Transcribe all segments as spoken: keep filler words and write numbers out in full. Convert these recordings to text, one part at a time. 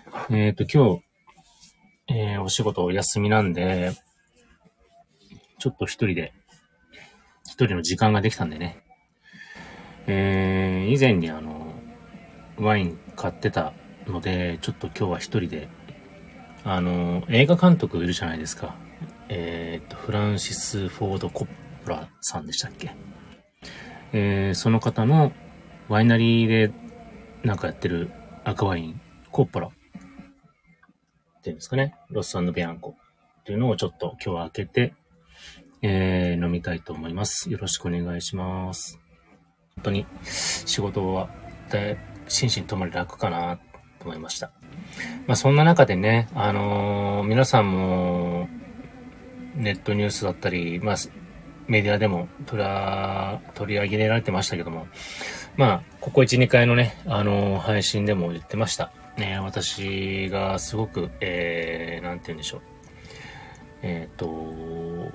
えっと、今日、えーお仕事お休みなんで、ちょっと一人で、一人の時間ができたんでね。えー以前にあの、ワイン買ってたので、ちょっと今日は一人で、あの、映画監督いるじゃないですか。えっと、フランシス・フォード・コッポラさんでしたっけ。えーその方のワイナリーでなんかやってる赤ワイン、コッポラっていうんですかね。ロス&ビアンコっていうのをちょっと今日は開けて、えー飲みたいと思います。よろしくお願いします。本当に仕事は心身ともに楽かなと思いました。まあそんな中でね、あのー皆さんもネットニュースだったり、まあメディアでもプラ取り上げられてましたけども、まあここいち、にかいのね、あのー配信でも言ってました。ね、私がすごく、えー、なんて言うんでしょう。えっ、と、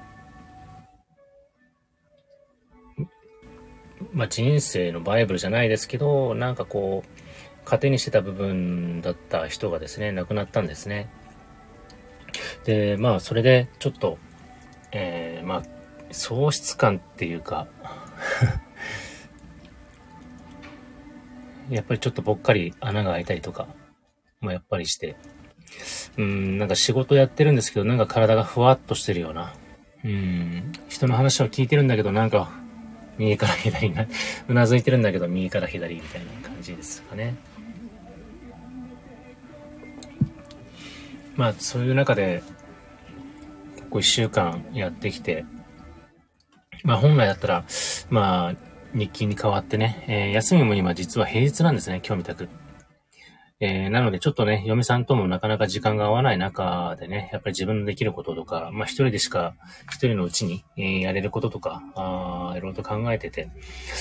まあ人生のバイブルじゃないですけど、なんかこう、糧にしてた部分だった人がですね、亡くなったんですね。で、まあそれでちょっと、えー、まあ、喪失感っていうか、やっぱりちょっとぽっかり穴が開いたりとか、まあやっぱりして、うん、なんか仕事やってるんですけど、なんか体がふわっとしてるような、うん、人の話を聞いてるんだけど、なんか、右から左にな、うなずいてるんだけど、右から左みたいな感じですかね。まあ、そういう中で、ここいっしゅうかんやってきて、まあ本来だったら、まあ、日勤に変わってね、えー休みも今実は平日なんですね、今日みたく。えーなのでちょっとね、嫁さんともなかなか時間が合わない中でね、やっぱり自分のできることとか、まあ一人でしか、一人のうちに、えーやれることとか、あいろいろと考えてて、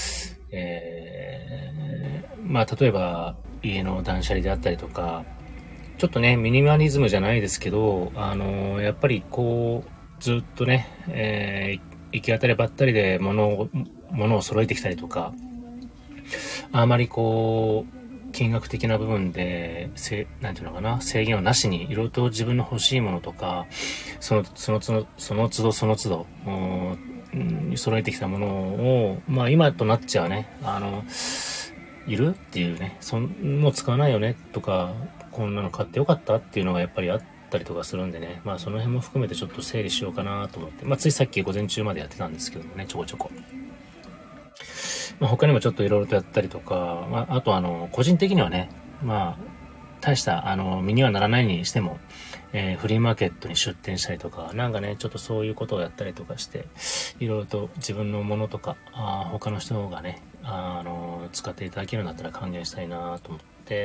えーまあ例えば家の断捨離であったりとか、ちょっとね、ミニマリズムじゃないですけど、あのーやっぱりこう、ずっとね、えー行き当たりばったりで物を、物を揃えてきたりとか、あまりこう、金額的な部分で、せ、なんていうのかな、制限をなしに、いろいろと自分の欲しいものとか、その、その都度、その都度、その都度、うん、揃えてきたものを、まあ今となっちゃね、あの、いるっていうね、そん、もう使わないよね、とか、こんなの買ってよかったっていうのがやっぱりあったりとかするんでね、まあその辺も含めてちょっと整理しようかなと思って、まあついさっき午前中までやってたんですけどもね、ちょこちょこ。まあ、他にもちょっといろいろとやったりとか、まあ、あとあの、個人的にはね、まあ、大した、あの、身にはならないにしても、えーフリーマーケットに出店したりとか、なんかね、ちょっとそういうことをやったりとかして、いろいろと自分のものとか、あ他の人がね、あの、使っていただけるんだったら還元したいなと思って、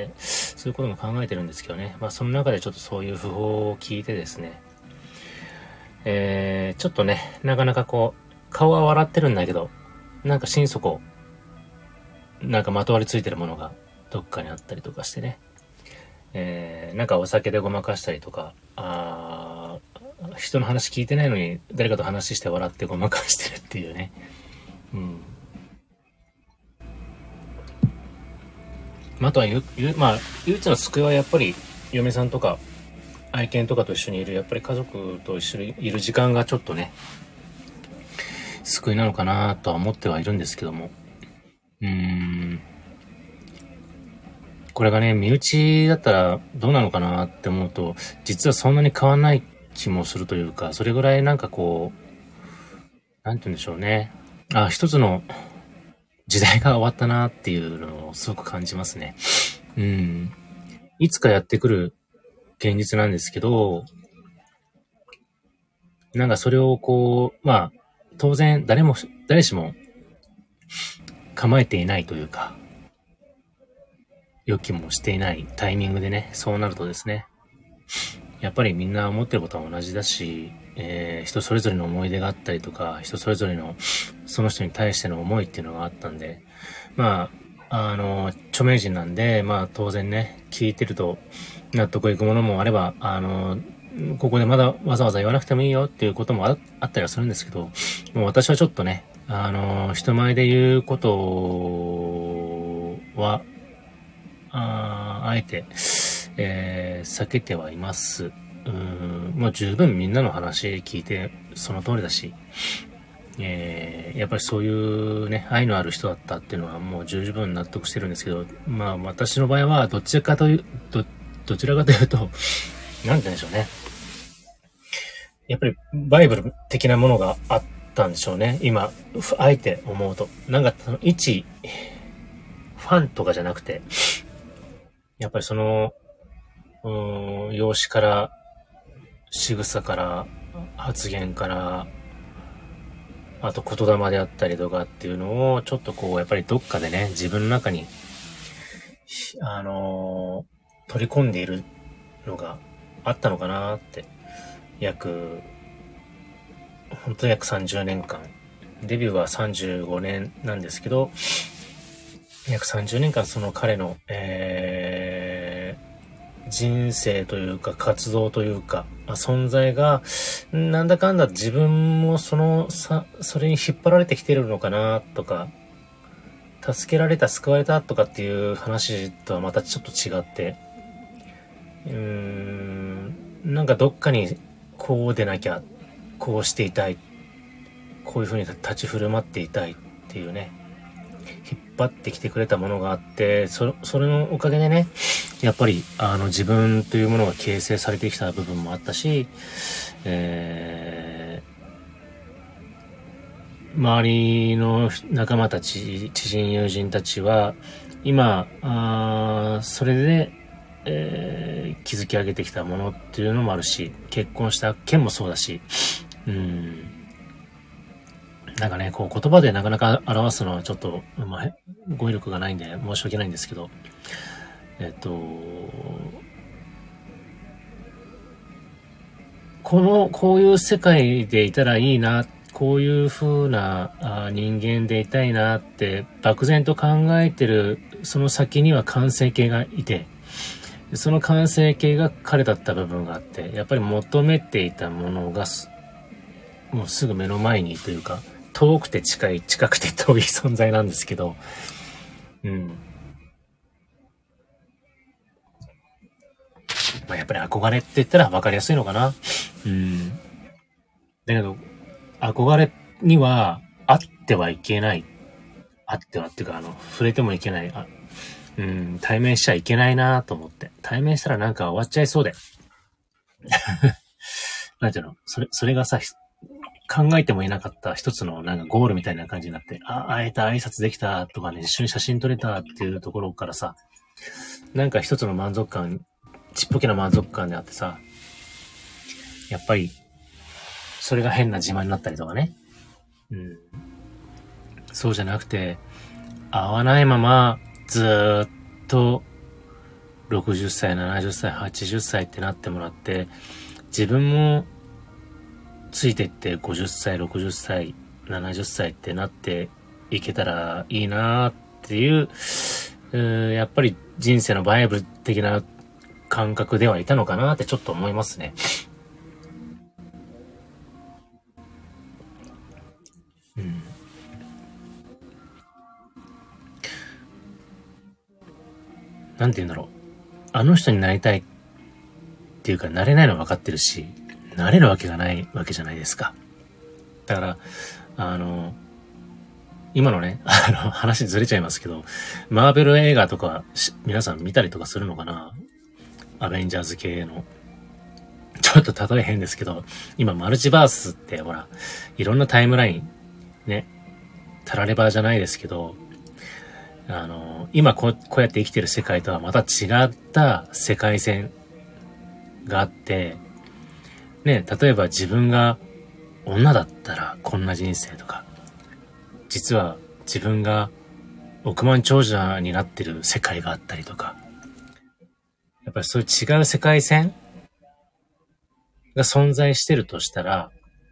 そういうことも考えてるんですけどね、まあ、その中でちょっとそういう訃報を聞いてですね、えー、ちょっとね、なかなかこう、顔は笑ってるんだけど、なんか心底、なんかまとわりついてるものがどっかにあったりとかしてね。えー、なんかお酒でごまかしたりとか、あー人の話聞いてないのに誰かと話して笑ってごまかしてるっていうね。うん。まあ、あとはゆ、ゆ、まあ、唯一の救いはやっぱり嫁さんとか愛犬とかと一緒にいる、やっぱり家族と一緒にいる時間がちょっとね、救いなのかなとは思ってはいるんですけども。うーん。これがね、身内だったらどうなのかなって思うと、実はそんなに変わんない気もするというか、それぐらいなんかこう、なんて言うんでしょうね。あ、一つの時代が終わったなっていうのをすごく感じますね。うん。いつかやってくる現実なんですけど、なんかそれをこう、まあ、当然誰も、誰しも構えていないというか、予期もしていないタイミングでね、そうなるとですね、やっぱりみんな思ってることは同じだし、えー、人それぞれの思い出があったりとか、人それぞれのその人に対しての思いっていうのがあったんで、まあ、あの、著名人なんで、まあ当然ね、聞いてると納得いくものもあれば、あの、ここでまだわざわざ言わなくてもいいよっていうことも あ, あったりはするんですけど、もう私はちょっとね、あの、人前で言うことは、ああえてえー、避けてはいます。うーん、まあ十分みんなの話聞いてその通りだし、えー、やっぱりそういうね、愛のある人だったっていうのはもう十分納得してるんですけど、まあ私の場合はどちらかという、ど、どちらかというと、なんて言うんでしょうね。やっぱりバイブル的なものがあったんでしょうね。今、あえて思うと。なんか、一ファンとかじゃなくて、やっぱりその、うーん、容姿から、仕草から、発言から、あと言霊であったりとかっていうのを、ちょっとこう、やっぱりどっかでね、自分の中に、あのー、取り込んでいるのがあったのかなって、約、本当に約さんじゅうねんかん。デビューはさんじゅうごねんなんですけど、約さんじゅうねんかんその彼の、えー、人生というか活動というか、存在が、なんだかんだ自分もその、さ、それに引っ張られてきてるのかなとか、助けられた、救われたとかっていう話とはまたちょっと違って、うーん、なんかどっかにこうでなきゃ、こうしていたい、こういう風に立ち振る舞っていたいっていうね、引っ張ってきてくれたものがあって、そ、それのおかげでね、やっぱり、あの、自分というものが形成されてきた部分もあったし、えー、周りの仲間たち、知人友人たちは、今、あそれで、えー、築き上げてきたものっていうのもあるし、結婚した件もそうだし、うん、なんかね、こう言葉でなかなか表すのはちょっと、まあ、語彙力がないんで申し訳ないんですけど、えっと、この、こういう世界でいたらいいな、こういう風なあ人間でいたいなって漠然と考えてるその先には完成形がいて、その完成形が彼だった部分があって、やっぱり求めていたものがもうすぐ目の前にというか、遠くて近い、近くて遠い存在なんですけど、うん。まあ、やっぱり憧れって言ったら分かりやすいのかな。うん。だけど、憧れにはあってはいけない。あってはっていうか、あの、触れてもいけない。あうん、対面しちゃいけないなと思って。対面したらなんか終わっちゃいそうで。なんていうのそれ、それがさ、考えてもいなかった一つのなんかゴールみたいな感じになって、あ、会えた、挨拶できたとかね、一緒に写真撮れたっていうところからさ、なんか一つの満足感、ちっぽけな満足感であってさ、やっぱり、それが変な自慢になったりとかね。うん。そうじゃなくて、会わないまま、ずーっと、ろくじゅっさい、ななじゅっさい、はちじゅっさいってなってもらって、自分も、ついてってごじゅっさい、ろくじゅっさい、ななじゅっさいってなっていけたらいいなーっていう、うーやっぱり人生のバイブル的な感覚ではいたのかなってちょっと思いますね。うん。なんて言うんだろう。あの人になりたいっていうか、なれないのは分かってるし、なれるわけがないわけじゃないですか。だから、あの、今のね、あの、話ずれちゃいますけど、マーベル映画とか、皆さん見たりとかするのかな？アベンジャーズ系の。ちょっと例え変ですけど、今マルチバースってほら、いろんなタイムライン、ね、タラレバーじゃないですけど、あの、今こうこうやって生きてる世界とはまた違った世界線があって、ね、例えば自分が女だったらこんな人生とか、実は自分が億万長者になってる世界があったりとか、やっぱりそういう違う世界線が存在してるとしたら、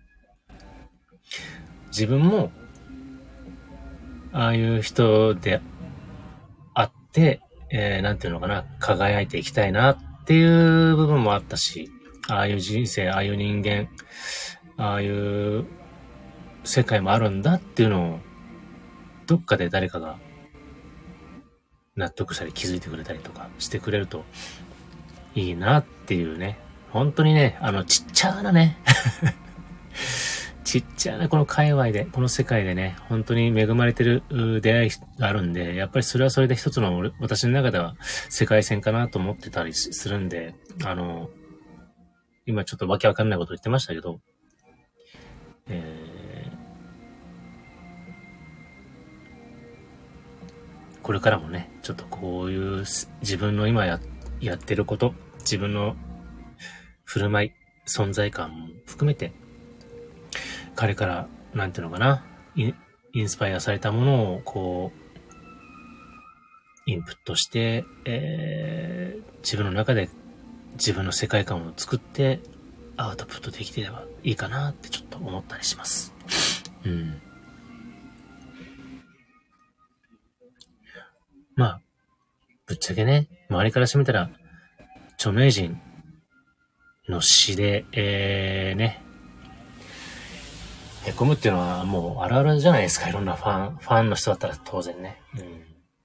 自分もああいう人であって、えー、なんていうのかな、輝いていきたいなっていう部分もあったし、ああいう人生、ああいう人間、ああいう世界もあるんだっていうのを、どっかで誰かが納得したり気づいてくれたりとかしてくれると、 いいなっていうね。本当にね、あの、ちっちゃなね、ちっちゃなこの界隈で、この世界でね、本当に恵まれてる出会いがあるんで、やっぱりそれはそれで一つの私の中では世界線かなと思ってたりするんで、あの、今ちょっとわけわかんないこと言ってましたけど、えー、これからもね、ちょっとこういう自分の今や、やってること、自分の振る舞い、存在感も含めて、彼から、なんていうのかな、イン、インスパイアされたものを、こう、インプットして、えー、自分の中で自分の世界観を作って、アウトプットできてればいいかなってちょっと思ったりします。うん。まあ、ぶっちゃけね、周りからしてみたら、著名人の詩で、えー、ね、へこむっていうのはもうあるあるじゃないですか。いろんなファン、ファンの人だったら当然ね。うん、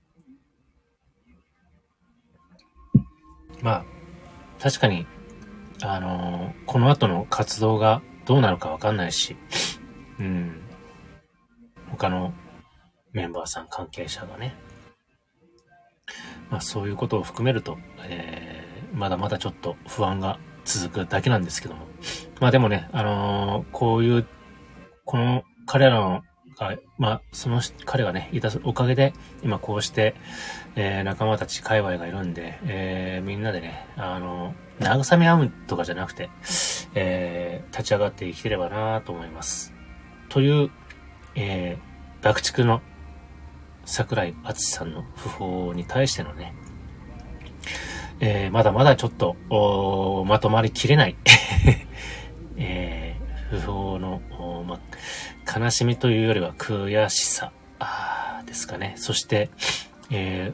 まあ、確かに、あのー、この後の活動がどうなるかわかんないし、うん、他のメンバーさん、関係者がね、まあそういうことを含めると、えー、まだまだちょっと不安が続くだけなんですけども。まあでもね、あのー、こういう、この彼らのが、まあ、その彼がね、いたおかげで、今こうして、えー、仲間たち、界隈がいるんで、えー、みんなでね、あの、慰め合うとかじゃなくて、えー、立ち上がって生きてればなと思います。という、えー、爆竹の桜井敦さんの訃報に対してのね、えー、まだまだちょっと、まとまりきれない、えー、訃報の、ま、悲しみというよりは悔しさですかね。そして、え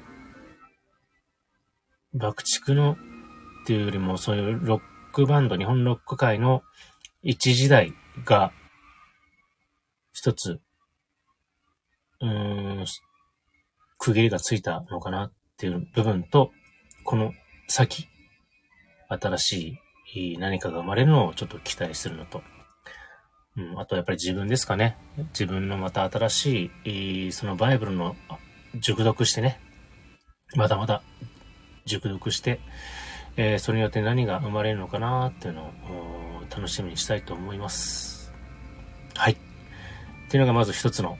ー、爆竹のっていうよりもそういうロックバンド、日本ロック界の一時代が一つ、うーん、区切りがついたのかなっていう部分と、この先、新しい何かが生まれるのをちょっと期待するのと、うん、あとやっぱり自分ですかね。自分のまた新しい、そのバイブルの熟読してね、まだまだ熟読して、えー、それによって何が生まれるのかなっていうのを楽しみにしたいと思います。はい。っていうのがまず一つの、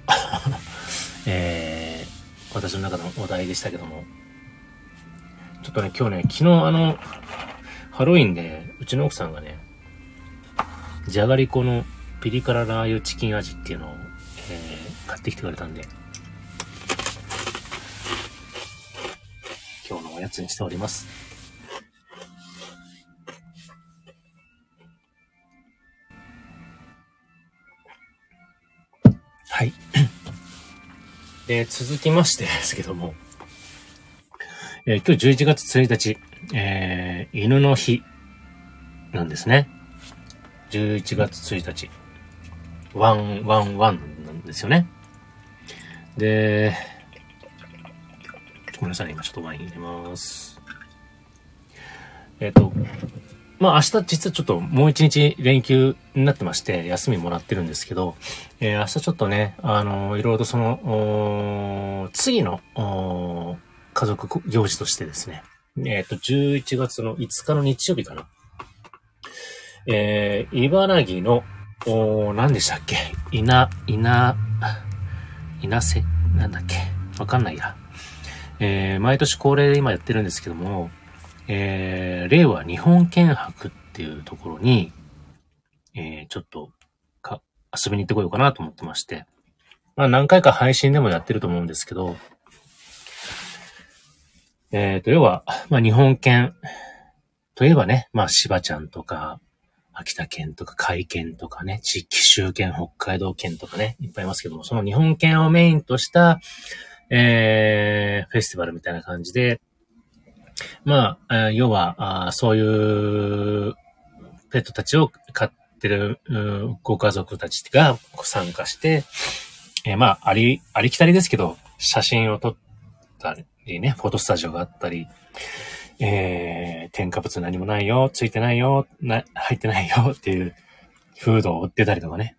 えー、私の中のお題でしたけども、ちょっとね、今日ね、昨日あの、ハロウィンで、うちの奥さんがね、じゃがりこのピリ辛ラー油チキン味っていうのを、えー、買ってきてくれたんで、今日のおやつにしております。はい。で、続きましてですけども、えー、今日じゅういちがつついたち、えー、犬の日なんですね。じゅういちがつついたち。ワン、ワン、ワンなんですよね。で、ごめんなさい、今ちょっとワイン入れます。えっと、まあ明日実はちょっともう一日連休になってまして、休みもらってるんですけど、えー、明日ちょっとね、あの、いろいろとその、次の、家族行事としてですね、えっと、じゅういちがつのいつかの日曜日かな。えー、茨城の、お何でしたっけいな、いな、いなせなんだっけわかんないや。えー、毎年恒例で今やってるんですけども、えー、令和日本見博っていうところに、えー、ちょっとか遊びに行ってこようかなと思ってまして、まあ何回か配信でもやってると思うんですけど、えーと、要は、まあ日本犬といえばね、まあ柴ちゃんとか、秋田県とか海県とかね、紀州県、北海道県とかね、いっぱいいますけども、その日本犬をメインとした、えー、フェスティバルみたいな感じで、まあ、要はあ、そういうペットたちを飼ってるご家族たちが参加して、えー、まあ、あり、ありきたりですけど、写真を撮ったりね、フォトスタジオがあったり、えー、 添加物何もないよ、ついてないよ、な、入ってないよっていうフードを売ってたりとかね。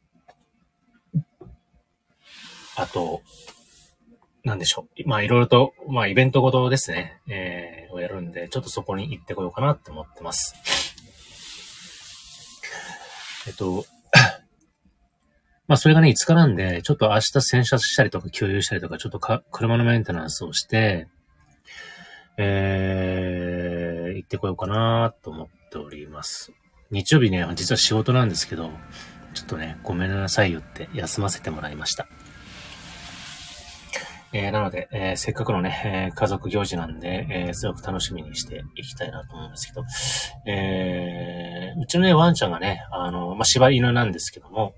あと、なんでしょう。まあいろいろと、まあイベントごとですね、えー、をやるんで、ちょっとそこに行ってこようかなって思ってます。えっと、まあそれがね、いつかなんで、ちょっと明日洗車したりとか給油したりとか、ちょっとか車のメンテナンスをして、えー、行ってこようかなと思っております。日曜日ね、実は仕事なんですけど、ちょっとね、ごめんなさいよって休ませてもらいました。えー、なので、えー、せっかくのね、えー、家族行事なんで、えー、すごく楽しみにしていきたいなと思うんですけど、えー、うちのね、ワンちゃんがね、あの、まあ、柴犬なんですけども、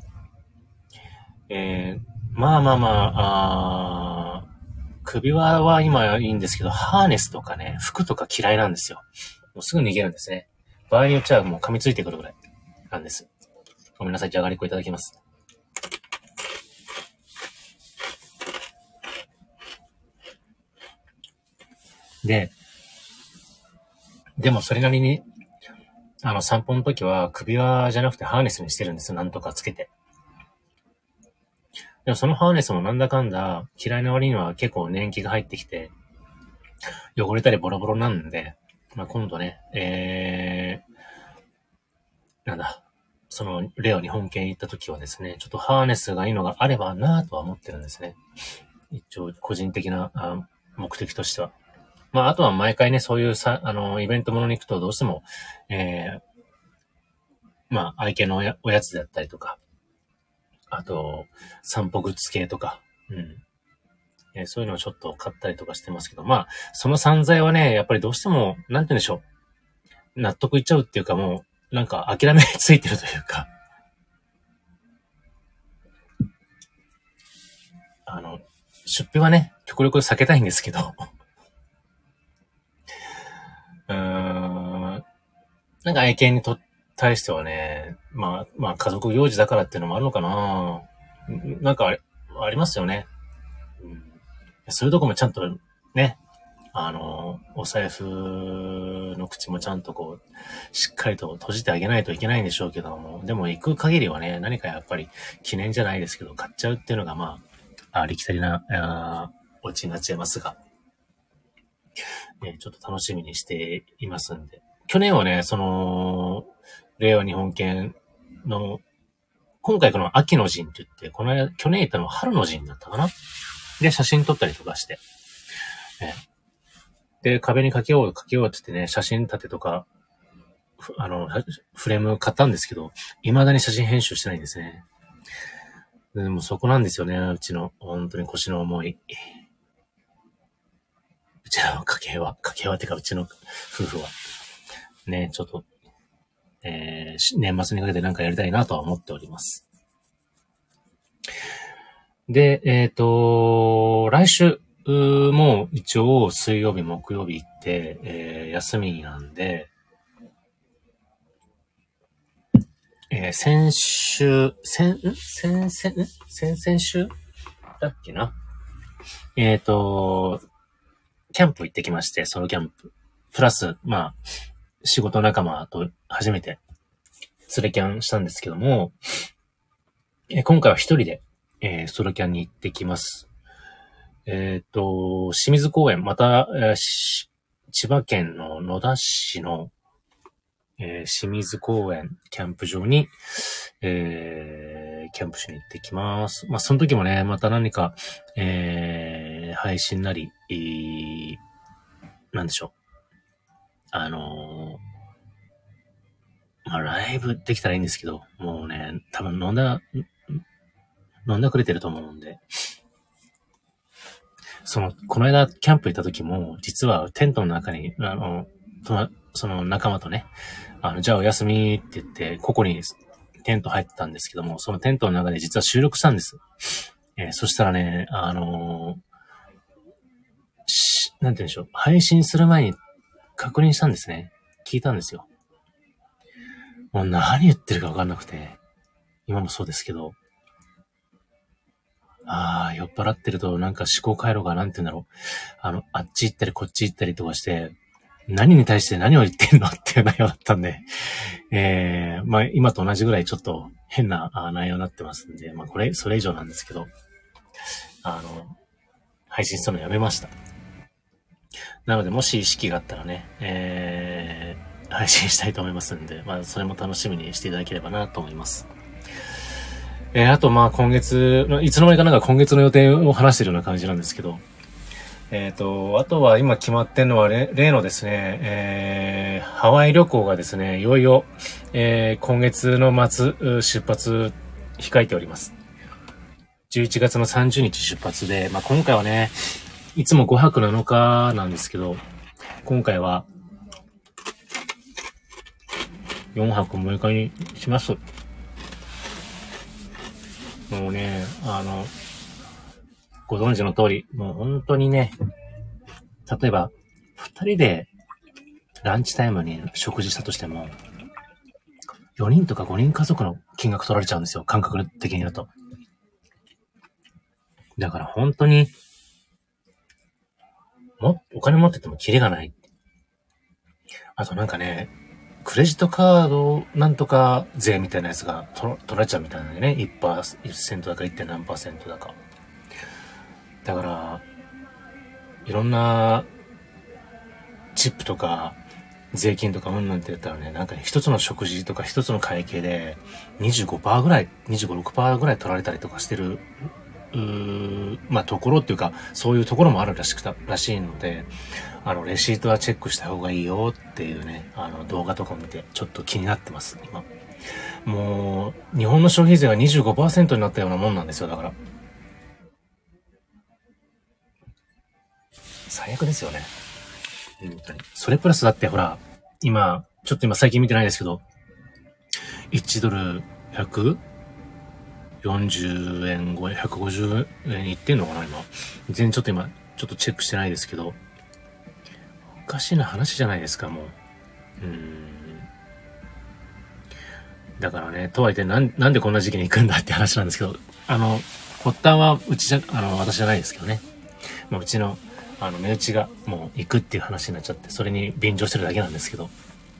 えー、まあまあまあ、あ首輪は今いいんですけど、ハーネスとかね、服とか嫌いなんですよ。もうすぐ逃げるんですね。場合によっちゃもう噛みついてくるぐらいなんです。ごめんなさい、じゃがりこいただきます。で、でもそれなりに、あの散歩の時は首輪じゃなくてハーネスにしてるんですよ。なんとかつけて。でもそのハーネスもなんだかんだ嫌いな割には結構年季が入ってきて、汚れたりボロボロなんで、まあ、今度ね、えー、なんだ、そのレオ日本犬行った時はですね、ちょっとハーネスがいいのがあればなぁとは思ってるんですね。一応個人的なあ目的としては。まあ、あとは毎回ね、そういうさ、あの、イベントものに行くとどうしても、えー、まあ、愛犬のおや、おやつであったりとか、あと、散歩グッズ系とか、うん。えーそういうのをちょっと買ったりとかしてますけど、まあ、その散財はね、やっぱりどうしても、なんて言うんでしょう。納得いっちゃうっていうかもう、なんか諦めついてるというか、あの、出費はね、極力避けたいんですけど、うーん、なんか愛犬にと、対してはね、まあ、まあ家族行事だからっていうのもあるのかな。なんかあり、ありますよね。うん、そういうとこもちゃんとね、あの、お財布の口もちゃんとこう、しっかりと閉じてあげないといけないんでしょうけども、でも行く限りはね、何かやっぱり記念じゃないですけど、買っちゃうっていうのがまあ、ありきたりな、あオチになっちゃいますが、えーちょっと楽しみにしていますんで。去年はね、その、令和日本犬の、今回この秋の陣って言って、この間、去年行ったのは春の陣だったかなで、写真撮ったりとかして。えーで、壁にかけよう、かけようって言ってね、写真立てとか、あの、フレーム買ったんですけど、未だに写真編集してないんですね。でもそこなんですよね、うちの、本当に腰の重い。うちの家計は、家計はってか、うちの夫婦は。ね、ちょっと、えー、年末にかけてなんかやりたいなとは思っております。で、えっと、来週、もう一応水曜日、木曜日行って、えー、休みなんで、えー、先週、先、ん先、先、ん先々週だっけなえっと、キャンプ行ってきまして、ソロキャンプ。プラス、まあ、仕事仲間と初めて連れキャンしたんですけども、えー今回は一人で、えーソロキャンに行ってきます。えっと、清水公園、また、えーし千葉県の野田市の、えー清水公園キャンプ場に、えーキャンプしに行ってきます。まあ、その時もね、また何か、えー配信なり、えーなんでしょう。あのーまあ、ライブできたらいいんですけど、もうね、多分飲んだ、飲んだくれてると思うんで、その、この間キャンプ行った時も、実はテントの中に、あの、となその仲間とね、あの、じゃあお休みって言って、ここにテント入ってたんですけども、そのテントの中で実は収録したんです。えーそしたらね、あのーしなんて言うんでしょう、配信する前に確認したんですね。聞いたんですよ。もう何言ってるか分かんなくて、今もそうですけど、ああ、酔っ払ってるとなんか思考回路がなんて言うんだろう。あの、あっち行ったりこっち行ったりとかして、 何に対して何を言ってんのっていう内容だったんで、えー、まあ今と同じぐらいちょっと変な内容になってますんで、まあこれ、それ以上なんですけど、あの、配信するのやめました。なのでもし意識があったらね、えー、配信したいと思いますんで、まあそれも楽しみにしていただければなと思います。えー、あとまあ今月、いつの間にかなんか今月の予定を話してるような感じなんですけど、えっと、あとは今決まってんのは例のですね、えー、ハワイ旅行がですね、いよいよ、えー、今月の末出発控えております。じゅういちがつのさんじゅうにち出発で、まあ、今回はね、いつもごはくなのかなんですけど、今回はよんはくむいかにします。もうね、あの、ご存知の通り、もう本当にね、例えば、二人でランチタイムに食事したとしても、よにんとかごにん家族の金額取られちゃうんですよ。感覚的に言うと。だから本当に、も、お金持っててもキリがない。あとなんかね、クレジットカードなんとか税みたいなやつが取られちゃうみたいなんでね。いちパーセント、いちセントだか いってん 何パーセントだか。だから、いろんな、チップとか、税金とかうんなんて言ったらね、なんか一つの食事とか一つの会計で にじゅうごパーセント ぐらい、にじゅうご、ろくパーセント ぐらい取られたりとかしてる、うーまあところっていうか、そういうところもあるらしくた、らしいので、あの、レシートはチェックした方がいいよっていうね、あの動画とかを見てちょっと気になってます、今。もう、日本の消費税が にじゅうごパーセント になったようなもんなんですよ、だから。最悪ですよね。本当に。それプラスだってほら、今、ちょっと今最近見てないですけど、いちドルひゃくよんじゅうえん超え、ひゃくごじゅうえんいってんのかな今。全然ちょっと今、ちょっとチェックしてないですけど、おかしいな話じゃないですか、もう。うーん。だからね、とはいってなん、なんでこんな時期に行くんだって話なんですけど、あの、発端はうちじゃ、あの、私じゃないですけどね。まあ、うちの、あの、身内がもう行くっていう話になっちゃって、それに便乗してるだけなんですけど。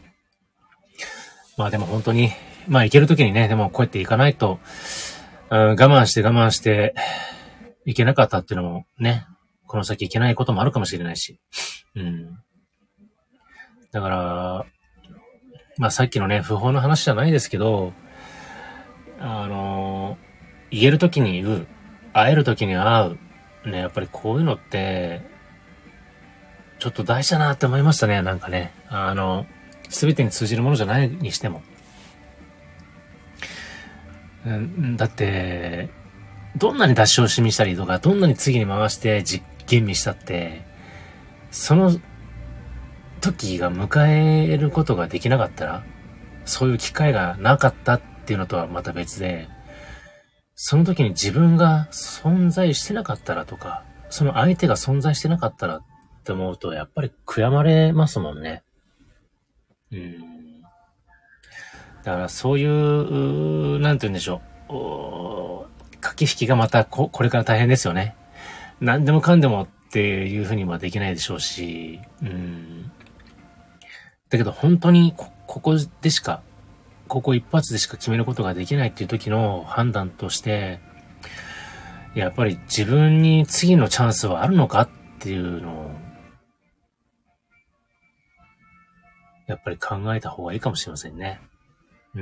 まあでも本当に、まあ行けるときにね、でもこうやって行かないと、うん、我慢して我慢して、行けなかったっていうのもね、この先行けないこともあるかもしれないし。うん。だから、まあさっきのね、不法の話じゃないですけど、あの、言えるときに言う、会えるときに会う。ね、やっぱりこういうのって、ちょっと大事だなって思いましたね、なんかね。あの、すべてに通じるものじゃないにしても。うん、だって、どんなに出し惜しみしたりとか、どんなに次に回して実験見したって、その時が迎えることができなかったら、そういう機会がなかったっていうのとはまた別で、その時に自分が存在してなかったらとか、その相手が存在してなかったらって思うと、やっぱり悔やまれますもんね。うん。だからそういう、なんて言うんでしょう。駆け引きがまたこ、これから大変ですよね。何でもかんでもっていうふうにはできないでしょうし、うん。だけど本当にこ、ここでしか、ここ一発でしか決めることができないっていう時の判断として、やっぱり自分に次のチャンスはあるのかっていうのを、やっぱり考えた方がいいかもしれませんね。うん。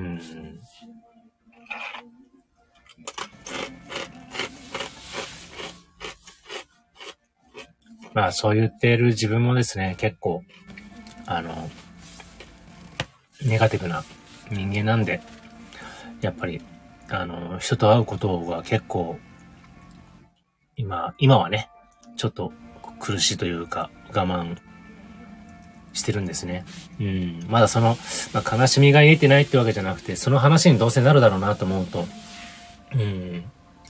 まあそう言っている自分もですね、結構、あの、ネガティブな人間なんで、やっぱり、あの、人と会うことが結構、今、今はね、ちょっと苦しいというか、我慢してるんですね。うん。まだその、まあ、悲しみが癒えてないってわけじゃなくて、その話にどうせなるだろうなと思うと、うん。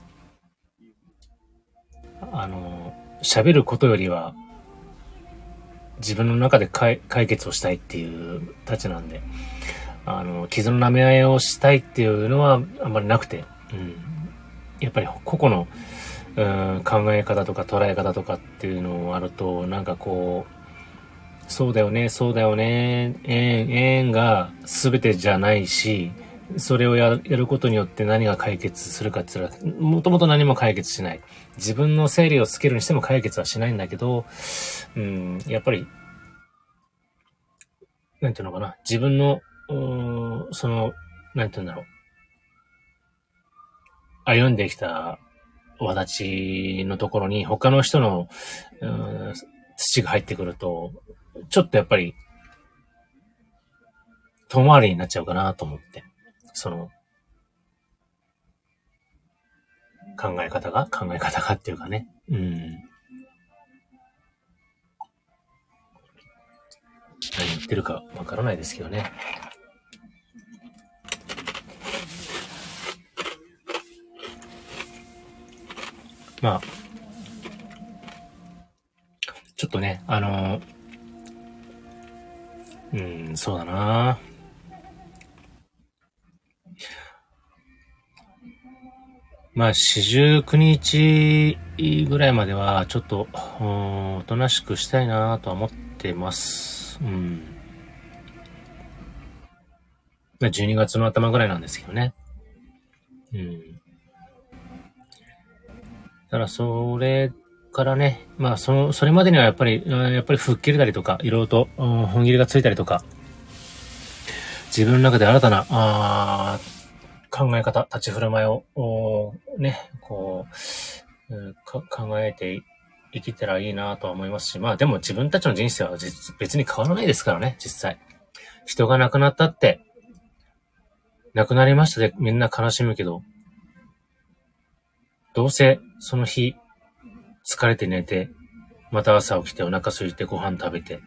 あの、喋ることよりは、自分の中で解決をしたいっていうたちなんで、あの、傷の舐め合いをしたいっていうのはあんまりなくて、うん。やっぱり個々の、うん、考え方とか捉え方とかっていうのがあると、なんかこう、 そうだよね、そうだよね、えん、えんが全てじゃないし、それをややることによって何が解決するかって言ったら、もともと何も解決しない。自分の整理をつけるにしても解決はしないんだけど、うん、やっぱり、なんていうのかな、自分の、うーんその、なんていうんだろう、歩んできた私のところに他の人の、うーん土が入ってくると、ちょっとやっぱり遠回りになっちゃうかなと思って。その考え方が、考え方がっていうかね。うん。何言ってるかわからないですけどね。まあ、ちょっとね、あのー、うん、そうだな。まあ、四十九日ぐらいまでは、ちょっと、うん、おとなしくしたいなとは思ってます。うん。まあ、じゅうにがつの頭ぐらいなんですけどね。うん。だからそれからね、まあその、それまでにはやっぱり、やっぱり吹っ切れたりとか、いろいろと、うん、本切れがついたりとか、自分の中で新たな、あ考え方、立ち振る舞いを、ね、こう、うん、か考えて生きたらいいなとは思いますし、まあでも自分たちの人生は実別に変わらないですからね、実際。人が亡くなったって、亡くなりましたでみんな悲しむけど、どうせその日、疲れて寝て、また朝起きてお腹空いてご飯食べて、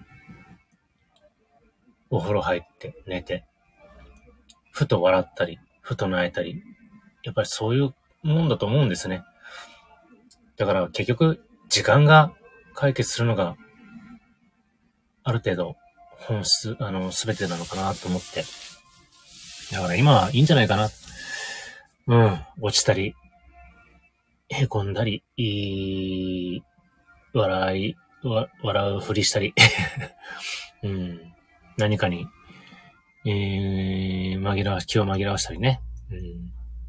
お風呂入って寝て、ふと笑ったり、ふと泣いたり、やっぱりそういうもんだと思うんですね。だから結局、時間が解決するのが、ある程度、本質、あの、すべてなのかなと思って。だから今はいいんじゃないかな。うん、落ちたり、へこんだり、いい、笑い、わ笑うふりしたり、うん、何かに、えー、紛らわし、気を紛らわしたりね。うん、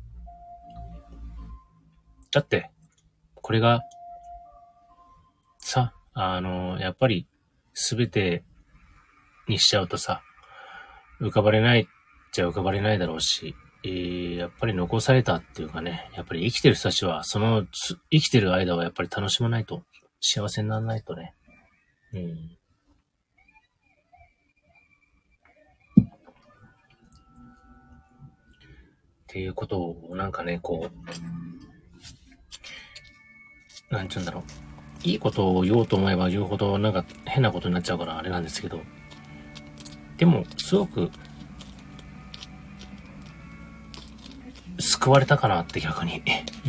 だって、これが、さ、あの、やっぱり、すべてにしちゃうとさ、浮かばれないっちゃ浮かばれないだろうし、えー、やっぱり残されたっていうかね、やっぱり生きてる人たちは、その、生きてる間はやっぱり楽しまないと、幸せにならないとね。うん。っていうことを、なんかね、こう、なんちゅうんだろう。いいことを言おうと思えば言うほど、なんか変なことになっちゃうからあれなんですけど、でも、すごく、救われたかなって逆に。うん。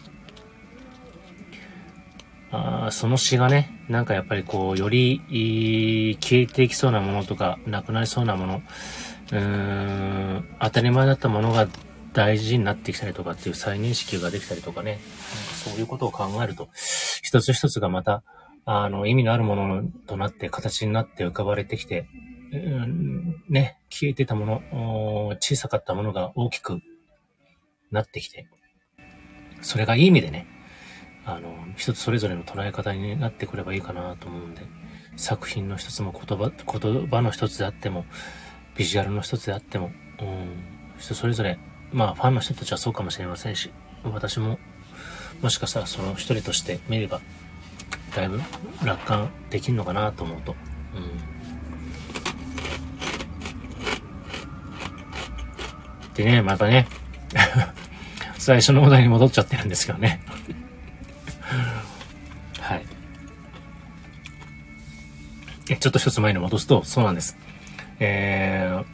あその詩がね、なんかやっぱりこう、より消えていきそうなものとか、なくなりそうなもの、うーん、当たり前だったものが大事になってきたりとかっていう再認識ができたりとかね、そういうことを考えると、一つ一つがまた、あの、意味のあるものとなって、形になって浮かばれてきて、うん、ね、消えてたもの、小さかったものが大きくなってきて、それがいい意味でね、あの、一つそれぞれの捉え方になってくればいいかなと思うんで、作品の一つも言葉、言葉の一つであっても、ビジュアルの一つであっても、うん、人それぞれ、まあファンの人たちはそうかもしれませんし、私ももしかしたらその一人として見れば、だいぶ楽観できるのかなと思うと、うん。でね、またね、最初のお題に戻っちゃってるんですけどね。はい。え、ちょっと一つ前に戻すと、そうなんです。えー、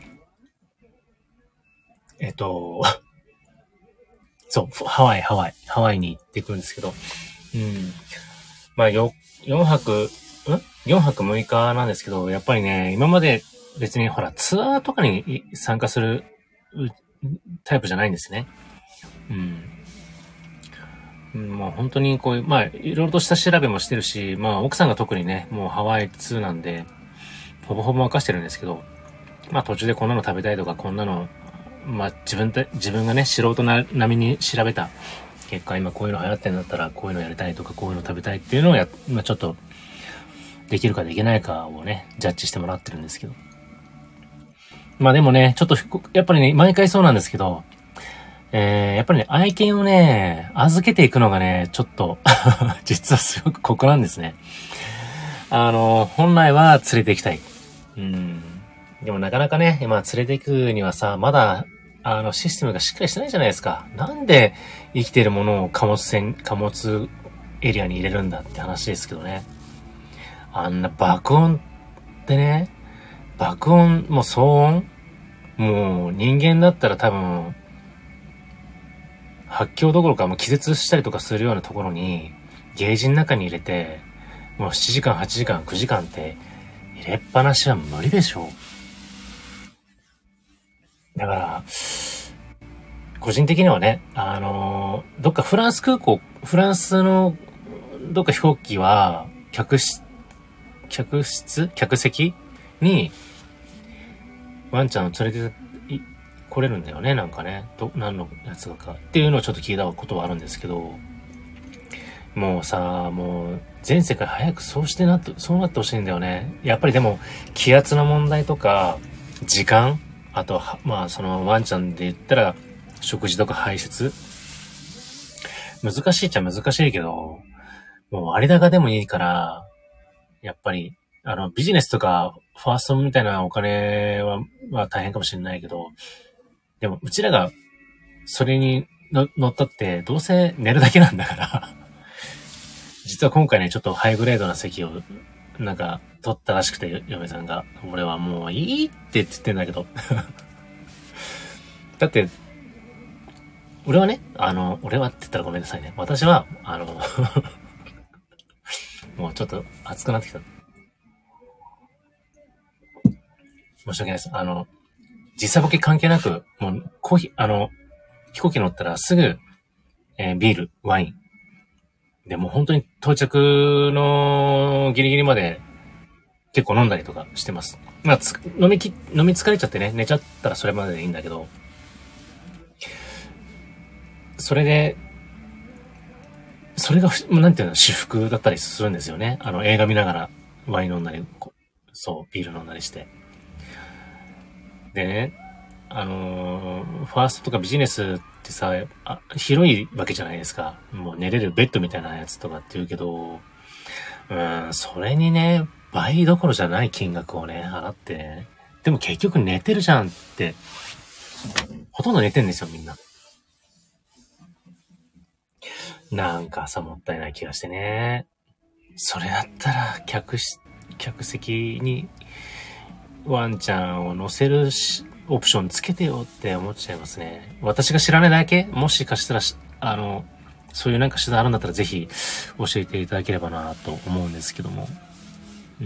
えっと、そう、ハワイ、ハワイ、ハワイに行ってくるんですけど、うん。まあ、よ、よんはく、ん ?よん 泊むいかなんですけど、やっぱりね、今まで別にほら、ツアーとかに参加するタイプじゃないんですね。うん。 もう本当にこういう、まあ、いろいろと下調べもしてるし、まあ、奥さんが特にね、もうハワイツーなんで、ほぼほぼ任してるんですけど、まあ途中でこんなの食べたいとか、こんなの、まあ自分で、自分がね、素人な並みに調べた結果、今こういうの流行ってんだったら、こういうのやりたいとか、こういうの食べたいっていうのをや、まあちょっと、できるかできないかをね、ジャッジしてもらってるんですけど。まあでもね、ちょっと、やっぱりね、毎回そうなんですけど、えー、やっぱりね、愛犬をね、預けていくのがね、ちょっと、実はすごく酷なんですね。あの、本来は連れて行きたい。うん。でもなかなかね、今連れて行くにはさ、まだ、あの、システムがしっかりしてないじゃないですか。なんで生きているものを貨物船、貨物エリアに入れるんだって話ですけどね。あんな爆音ってね、爆音、もう騒音もう人間だったら多分、発狂どころかもう気絶したりとかするようなところに、ゲージの中に入れて、もうしちじかん、はちじかん、くじかんって入れっぱなしは無理でしょう。だから、個人的にはね、あのー、どっかフランス空港、フランスのどっか飛行機は、客室、客室客席に、ワンちゃんを連れて来れるんだよね、なんかね。ど、何のやつがか。っていうのをちょっと聞いたことはあるんですけど、もうさ、もう、全世界早くそうしてなって、そうなってほしいんだよね。やっぱりでも、気圧の問題とか、時間あと、まあ、そのワンちゃんで言ったら、食事とか排泄難しいっちゃ難しいけど、もう割高でもいいから、やっぱり、あの、ビジネスとか、ファーストみたいなお金は、まあ大変かもしれないけど、でも、うちらが、それに乗ったって、どうせ寝るだけなんだから、実は今回ね、ちょっとハイグレードな席を、なんか、取ったらしくて、嫁さんが。俺はもういいって言ってんだけど。だって、俺はね、あの、俺はって言ったらごめんなさいね。私は、あの、もうちょっと熱くなってきた。申し訳ないです。あの、時差ボケ関係なく、もう、コーヒー、あの、飛行機乗ったらすぐ、えー、ビール、ワイン。で、もう本当に到着のギリギリまで結構飲んだりとかしてます。まあ、つ飲みき、飲み疲れちゃってね、寝ちゃったらそれまででいいんだけど、それで、それが、なんていうの、私服だったりするんですよね。あの、映画見ながらワイン飲んだり、そう、ビール飲んだりして。でね、あのー、ファーストとかビジネスってさ、あ、広いわけじゃないですか。もう寝れるベッドみたいなやつとかって言うけど、うん、それにね、倍どころじゃない金額をね、払ってね。でも結局寝てるじゃんって、ほとんど寝てんですよ、みんな。なんかさ、もったいない気がしてね。それだったら、客し、客席にワンちゃんを乗せるしオプションつけてよって思っちゃいますね。私が知らないだけもしかしたら、あの、そういうなんか手段あるんだったらぜひ教えていただければなと思うんですけども。うん、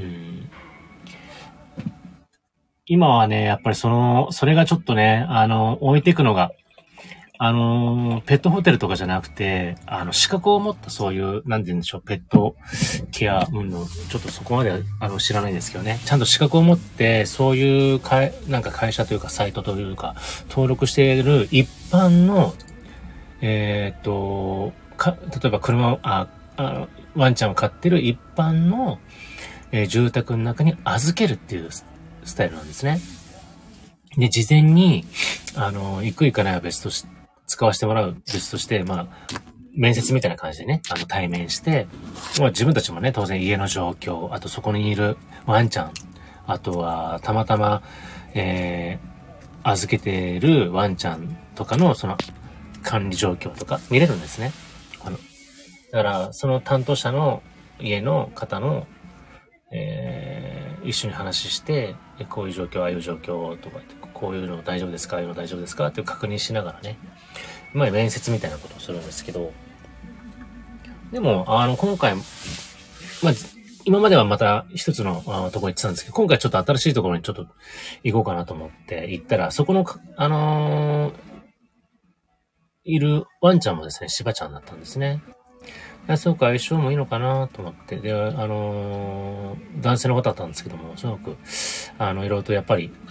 今はね、やっぱりその、それがちょっとね、あの、置いていくのが、あの、ペットホテルとかじゃなくて、あの、資格を持ったそういう、なんて言うんでしょう、ペットケア、うんの、ちょっとそこまであの知らないですけどね。ちゃんと資格を持って、そういう会、なんか会社というか、サイトというか、登録している一般の、えーっと、か、例えば車、あ、あワンちゃんを飼ってる一般の、えー住宅の中に預けるっていうススタイルなんですね。で、事前に、あの、行く行かないは別とし、使わせてもらう別として、まあ、面接みたいな感じでね、あの、対面して、まあ自分たちもね、当然家の状況、あとそこにいるワンちゃん、あとは、たまたま、えー、預けてるワンちゃんとかの、その、管理状況とか見れるんですね。あの、だから、その担当者の家の方の、えー、一緒に話して、こういう状況、ああいう状況とか、こういうの大丈夫ですか、ああいうの大丈夫ですかっていう確認しながらね、まあ面接みたいなことをするんですけど、でも、あの、今回、まあ、今まではまた一つのあところ行ってたんですけど、今回ちょっと新しいところにちょっと行こうかなと思って行ったら、そこの、あのー、いるワンちゃんもですね、しばちゃんだったんですね。 すごく相性もいいのかなと思って、で、あのー、男性の方だったんですけども、すごく、あの、いろいろとやっぱり、